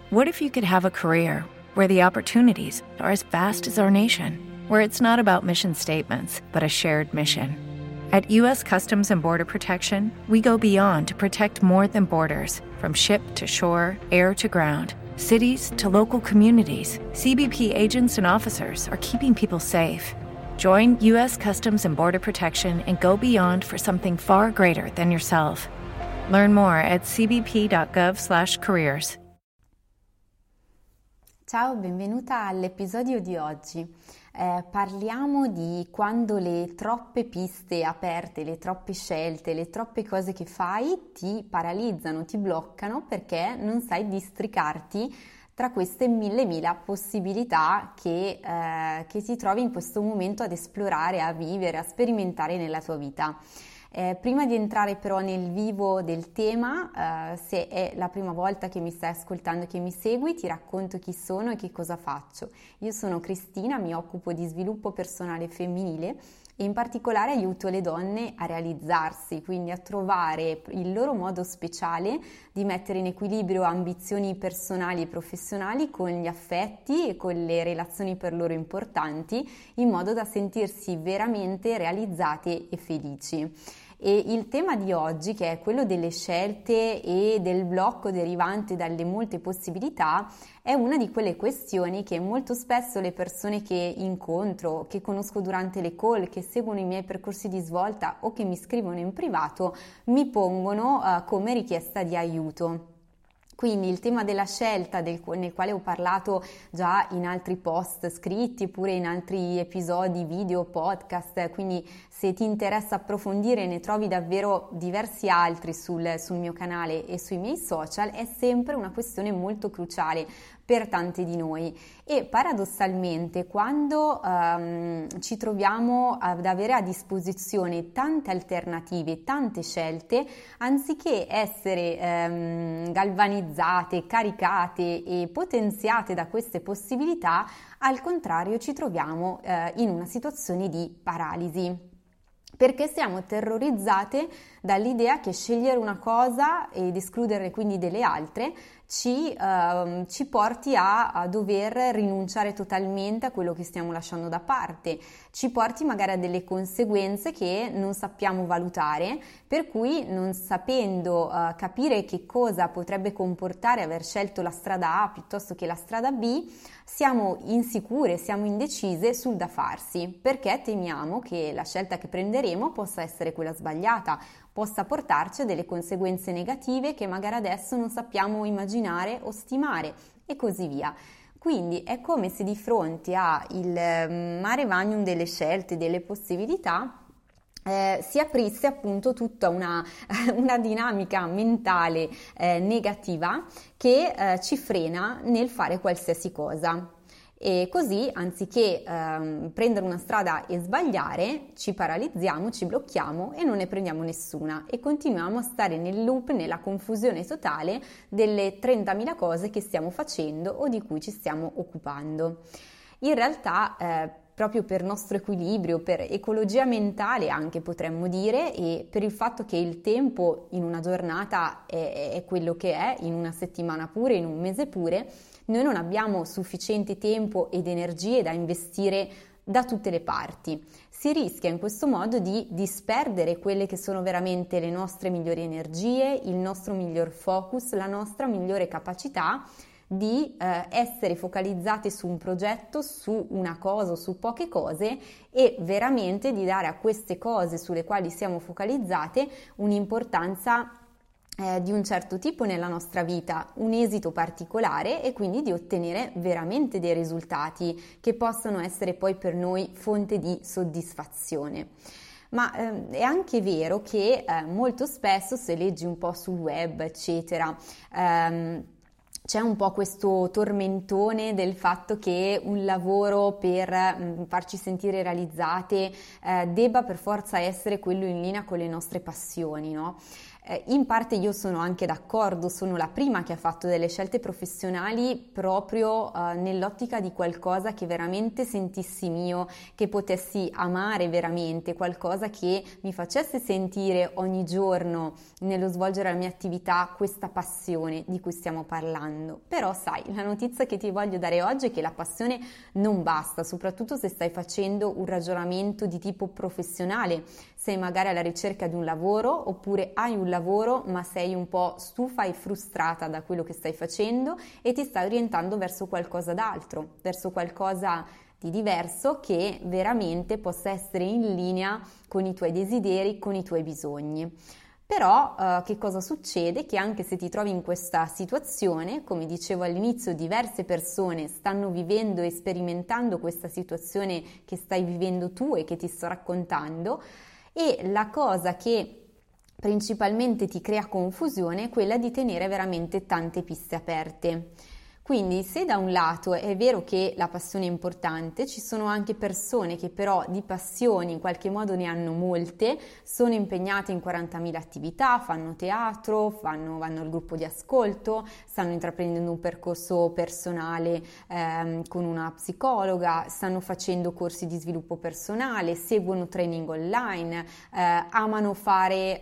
What if you could have a career where the opportunities are as vast as our nation, where it's not about mission statements, but a shared mission? At U.S. Customs and Border Protection, we go beyond to protect more than borders. From ship to shore, air to ground, cities to local communities, CBP agents and officers are keeping people safe. Join U.S. Customs and Border Protection and go beyond for something far greater than yourself. Learn more at cbp.gov/careers. Ciao, benvenuta all'episodio di oggi. Parliamo di quando le troppe piste aperte, le troppe scelte, le troppe cose che fai ti paralizzano, ti bloccano perché non sai districarti tra queste mille possibilità che ti trovi in questo momento ad esplorare, a vivere, a sperimentare nella tua vita. Prima di entrare però nel vivo del tema, se è la prima volta che mi stai ascoltando e che mi segui, ti racconto chi sono e che cosa faccio. Io sono Cristina, mi occupo di sviluppo personale femminile e in particolare aiuto le donne a realizzarsi, quindi a trovare il loro modo speciale di mettere in equilibrio ambizioni personali e professionali con gli affetti e con le relazioni per loro importanti, in modo da sentirsi veramente realizzate e felici. E il tema di oggi, che è quello delle scelte e del blocco derivante dalle molte possibilità, è una di quelle questioni che molto spesso le persone che incontro, che conosco durante le call, che seguono i miei percorsi di svolta o che mi scrivono in privato, mi pongono come richiesta di aiuto. Quindi il tema della scelta, nel quale ho parlato già in altri post scritti oppure in altri episodi, video, podcast, quindi se ti interessa approfondire ne trovi davvero diversi altri sul mio canale e sui miei social, è sempre una questione molto cruciale per tante di noi e paradossalmente quando ci troviamo ad avere a disposizione tante alternative, tante scelte, anziché essere galvanizzate, caricate e potenziate da queste possibilità, al contrario ci troviamo in una situazione di paralisi. Perché siamo terrorizzate dall'idea che scegliere una cosa ed escludere quindi delle altre ci porti a dover rinunciare totalmente a quello che stiamo lasciando da parte, ci porti magari a delle conseguenze che non sappiamo valutare, per cui non sapendo capire che cosa potrebbe comportare aver scelto la strada A piuttosto che la strada B, siamo insicure, siamo indecise sul da farsi, perché temiamo che la scelta che prenderemo possa essere quella sbagliata, possa portarci a delle conseguenze negative che magari adesso non sappiamo immaginare o stimare e così via. Quindi è come se di fronte al mare magnum delle scelte, delle possibilità, si aprisse appunto tutta una dinamica mentale negativa che ci frena nel fare qualsiasi cosa. E così, anziché prendere una strada e sbagliare, ci paralizziamo, ci blocchiamo e non ne prendiamo nessuna e continuiamo a stare nel loop, nella confusione totale delle 30.000 cose che stiamo facendo o di cui ci stiamo occupando. In realtà, proprio per nostro equilibrio, per ecologia mentale anche potremmo dire, e per il fatto che il tempo in una giornata è quello che è, in una settimana pure, in un mese pure, noi non abbiamo sufficiente tempo ed energie da investire da tutte le parti. Si rischia in questo modo di disperdere quelle che sono veramente le nostre migliori energie, il nostro miglior focus, la nostra migliore capacità di essere focalizzate su un progetto, su una cosa o su poche cose e veramente di dare a queste cose sulle quali siamo focalizzate un'importanza di un certo tipo nella nostra vita, un esito particolare e quindi di ottenere veramente dei risultati che possano essere poi per noi fonte di soddisfazione. Ma è anche vero che molto spesso, se leggi un po' sul web, eccetera, c'è un po' questo tormentone del fatto che un lavoro per farci sentire realizzate debba per forza essere quello in linea con le nostre passioni, no? In parte io sono anche d'accordo, sono la prima che ha fatto delle scelte professionali proprio nell'ottica di qualcosa che veramente sentissi mio, che potessi amare veramente, qualcosa che mi facesse sentire ogni giorno nello svolgere la mia attività questa passione di cui stiamo parlando. Però sai, la notizia che ti voglio dare oggi è che la passione non basta, soprattutto se stai facendo un ragionamento di tipo professionale, sei magari alla ricerca di un lavoro oppure hai un lavoro ma sei un po' stufa e frustrata da quello che stai facendo e ti stai orientando verso qualcosa d'altro, verso qualcosa di diverso che veramente possa essere in linea con i tuoi desideri, con i tuoi bisogni. Però che cosa succede? Che anche se ti trovi in questa situazione, come dicevo all'inizio, diverse persone stanno vivendo e sperimentando questa situazione che stai vivendo tu e che ti sto raccontando, e la cosa che principalmente ti crea confusione è quella di tenere veramente tante piste aperte. Quindi se da un lato è vero che la passione è importante, ci sono anche persone che però di passioni in qualche modo ne hanno molte, sono impegnate in 40.000 attività, fanno teatro, vanno al gruppo di ascolto, stanno intraprendendo un percorso personale con una psicologa, stanno facendo corsi di sviluppo personale, seguono training online, amano fare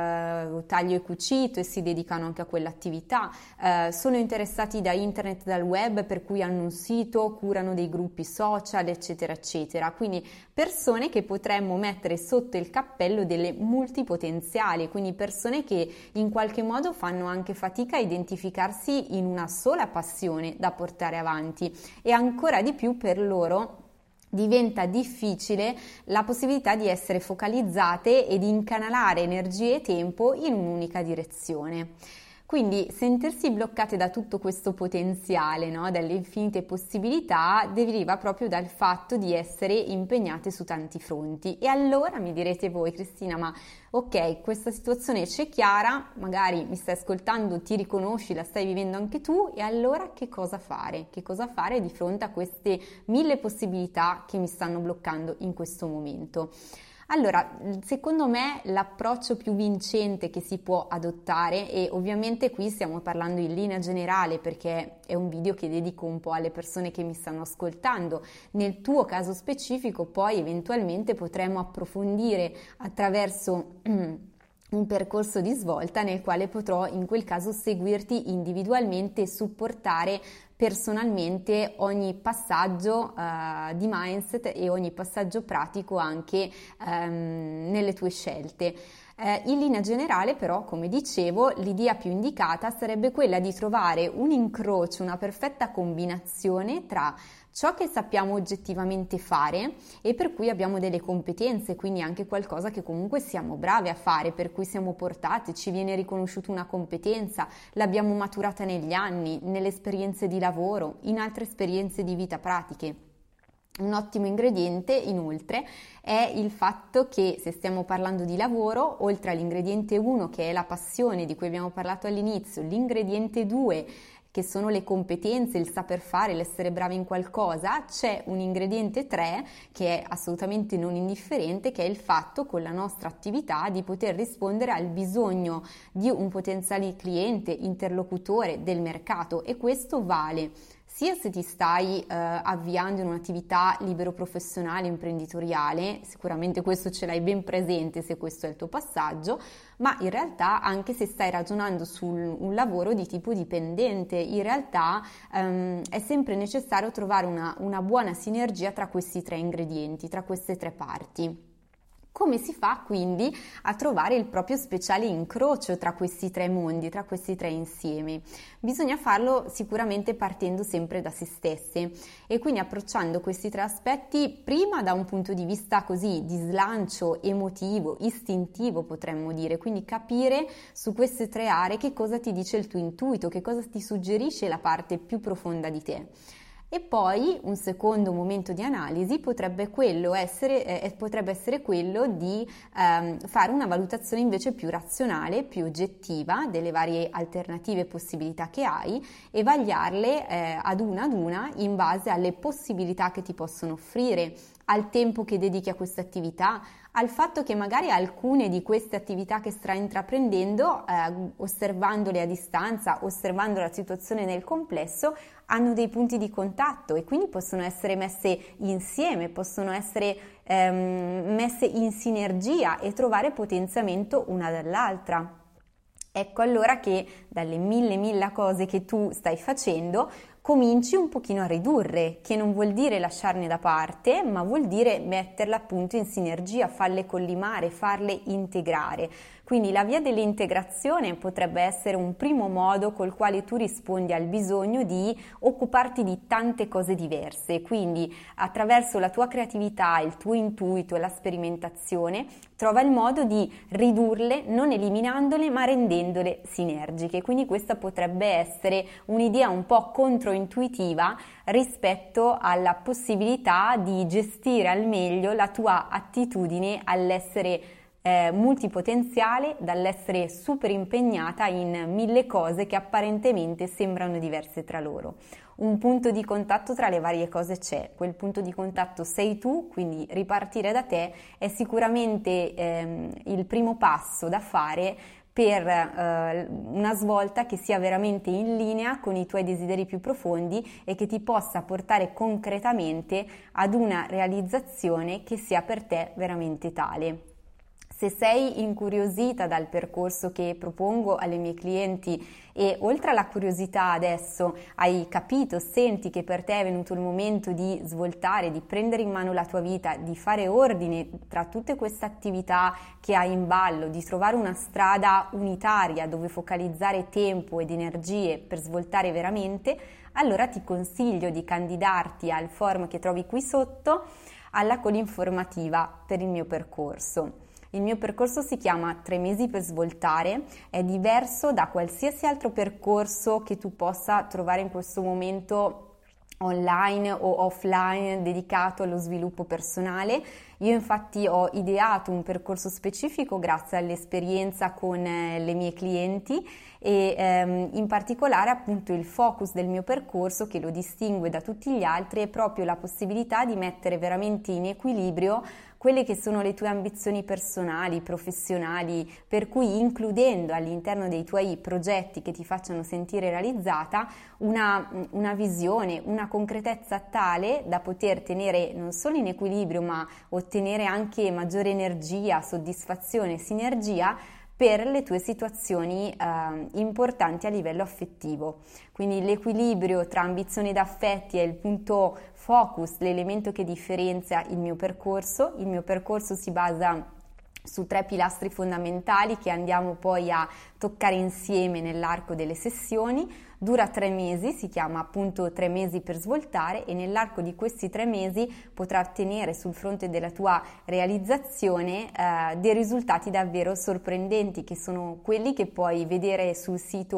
taglio e cucito e si dedicano anche a quell'attività, sono interessati da internet, dal web, per cui hanno un sito, curano dei gruppi social, eccetera eccetera. Quindi persone che potremmo mettere sotto il cappello delle multipotenziali, quindi persone che in qualche modo fanno anche fatica a identificarsi in una sola passione da portare avanti, e ancora di più per loro diventa difficile la possibilità di essere focalizzate e di incanalare energie e tempo in un'unica direzione. Quindi sentirsi bloccate da tutto questo potenziale, no? Dalle infinite possibilità, deriva proprio dal fatto di essere impegnate su tanti fronti. E allora mi direte voi, Cristina, ma ok, questa situazione c'è chiara, magari mi stai ascoltando, ti riconosci, la stai vivendo anche tu, e allora che cosa fare? Che cosa fare di fronte a queste 1000 possibilità che mi stanno bloccando in questo momento? Allora, secondo me l'approccio più vincente che si può adottare, e ovviamente qui stiamo parlando in linea generale perché è un video che dedico un po' alle persone che mi stanno ascoltando, nel tuo caso specifico poi eventualmente potremo approfondire attraverso un percorso di svolta nel quale potrò in quel caso seguirti individualmente e supportare personalmente ogni passaggio di mindset e ogni passaggio pratico anche nelle tue scelte. In linea generale però, come dicevo, l'idea più indicata sarebbe quella di trovare un incrocio, una perfetta combinazione tra ciò che sappiamo oggettivamente fare e per cui abbiamo delle competenze, quindi anche qualcosa che comunque siamo bravi a fare, per cui siamo portati, ci viene riconosciuta una competenza, l'abbiamo maturata negli anni, nelle esperienze di lavoro, in altre esperienze di vita pratiche. Un ottimo ingrediente, inoltre, è il fatto che se stiamo parlando di lavoro, oltre all'ingrediente 1 che è la passione di cui abbiamo parlato all'inizio, l'ingrediente 2 che sono le competenze, il saper fare, l'essere bravi in qualcosa, c'è un ingrediente 3 che è assolutamente non indifferente, che è il fatto con la nostra attività di poter rispondere al bisogno di un potenziale cliente, interlocutore del mercato, e questo vale sia se ti stai avviando in un'attività libero professionale, imprenditoriale, sicuramente questo ce l'hai ben presente se questo è il tuo passaggio, ma in realtà anche se stai ragionando su un lavoro di tipo dipendente, in realtà è sempre necessario trovare una buona sinergia tra questi 3 ingredienti, tra queste 3 parti. Come si fa quindi a trovare il proprio speciale incrocio tra questi 3 mondi, tra questi 3 insiemi? Bisogna farlo sicuramente partendo sempre da se stesse e quindi approcciando questi 3 aspetti prima da un punto di vista così di slancio emotivo, istintivo potremmo dire, quindi capire su queste 3 aree che cosa ti dice il tuo intuito, che cosa ti suggerisce la parte più profonda di te. E poi un secondo momento di analisi potrebbe essere quello di fare una valutazione invece più razionale, più oggettiva delle varie alternative e possibilità che hai e vagliarle ad una in base alle possibilità che ti possono offrire, al tempo che dedichi a questa attività, al fatto che magari alcune di queste attività che stai intraprendendo, osservandole a distanza, osservando la situazione nel complesso, hanno dei punti di contatto e quindi possono essere messe insieme, possono essere messe in sinergia e trovare potenziamento una dall'altra. Ecco allora che dalle mille cose che tu stai facendo cominci un pochino a ridurre, che non vuol dire lasciarne da parte, ma vuol dire metterle appunto in sinergia, farle collimare, farle integrare. Quindi la via dell'integrazione potrebbe essere un primo modo col quale tu rispondi al bisogno di occuparti di tante cose diverse, quindi attraverso la tua creatività, il tuo intuito e la sperimentazione trova il modo di ridurle, non eliminandole ma rendendole sinergiche. Quindi questa potrebbe essere un'idea un po' controintuitiva rispetto alla possibilità di gestire al meglio la tua attitudine all'essere multipotenziale, dall'essere super impegnata in mille cose che apparentemente sembrano diverse tra loro. Un punto di contatto tra le varie cose c'è, quel punto di contatto sei tu, quindi ripartire da te è sicuramente il primo passo da fare per una svolta che sia veramente in linea con i tuoi desideri più profondi e che ti possa portare concretamente ad una realizzazione che sia per te veramente tale. Se sei incuriosita dal percorso che propongo alle mie clienti e oltre alla curiosità adesso hai capito, senti che per te è venuto il momento di svoltare, di prendere in mano la tua vita, di fare ordine tra tutte queste attività che hai in ballo, di trovare una strada unitaria dove focalizzare tempo ed energie per svoltare veramente, allora ti consiglio di candidarti al form che trovi qui sotto alla call informativa per il mio percorso. Il mio percorso si chiama 3 mesi per svoltare, è diverso da qualsiasi altro percorso che tu possa trovare in questo momento online o offline dedicato allo sviluppo personale. Io infatti ho ideato un percorso specifico grazie all'esperienza con le mie clienti e in particolare appunto il focus del mio percorso che lo distingue da tutti gli altri è proprio la possibilità di mettere veramente in equilibrio quelle che sono le tue ambizioni personali, professionali, per cui includendo all'interno dei tuoi progetti che ti facciano sentire realizzata una visione, una concretezza tale da poter tenere non solo in equilibrio ma ottenere anche maggiore energia, soddisfazione, sinergia per le tue situazioni importanti a livello affettivo. Quindi l'equilibrio tra ambizioni ed affetti è il punto focus, l'elemento che differenzia il mio percorso. Il mio percorso si basa su 3 pilastri fondamentali che andiamo poi a toccare insieme nell'arco delle sessioni. Dura 3 mesi, si chiama appunto 3 mesi per svoltare e nell'arco di questi 3 mesi potrai ottenere sul fronte della tua realizzazione dei risultati davvero sorprendenti che sono quelli che puoi vedere sul sito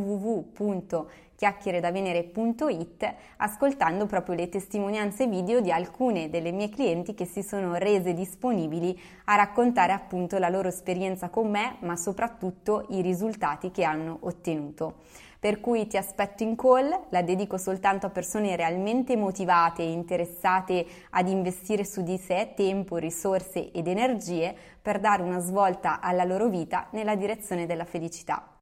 www.chiacchieredavenere.it ascoltando proprio le testimonianze video di alcune delle mie clienti che si sono rese disponibili a raccontare appunto la loro esperienza con me ma soprattutto i risultati che hanno ottenuto. Per cui ti aspetto in call, la dedico soltanto a persone realmente motivate e interessate ad investire su di sé tempo, risorse ed energie per dare una svolta alla loro vita nella direzione della felicità.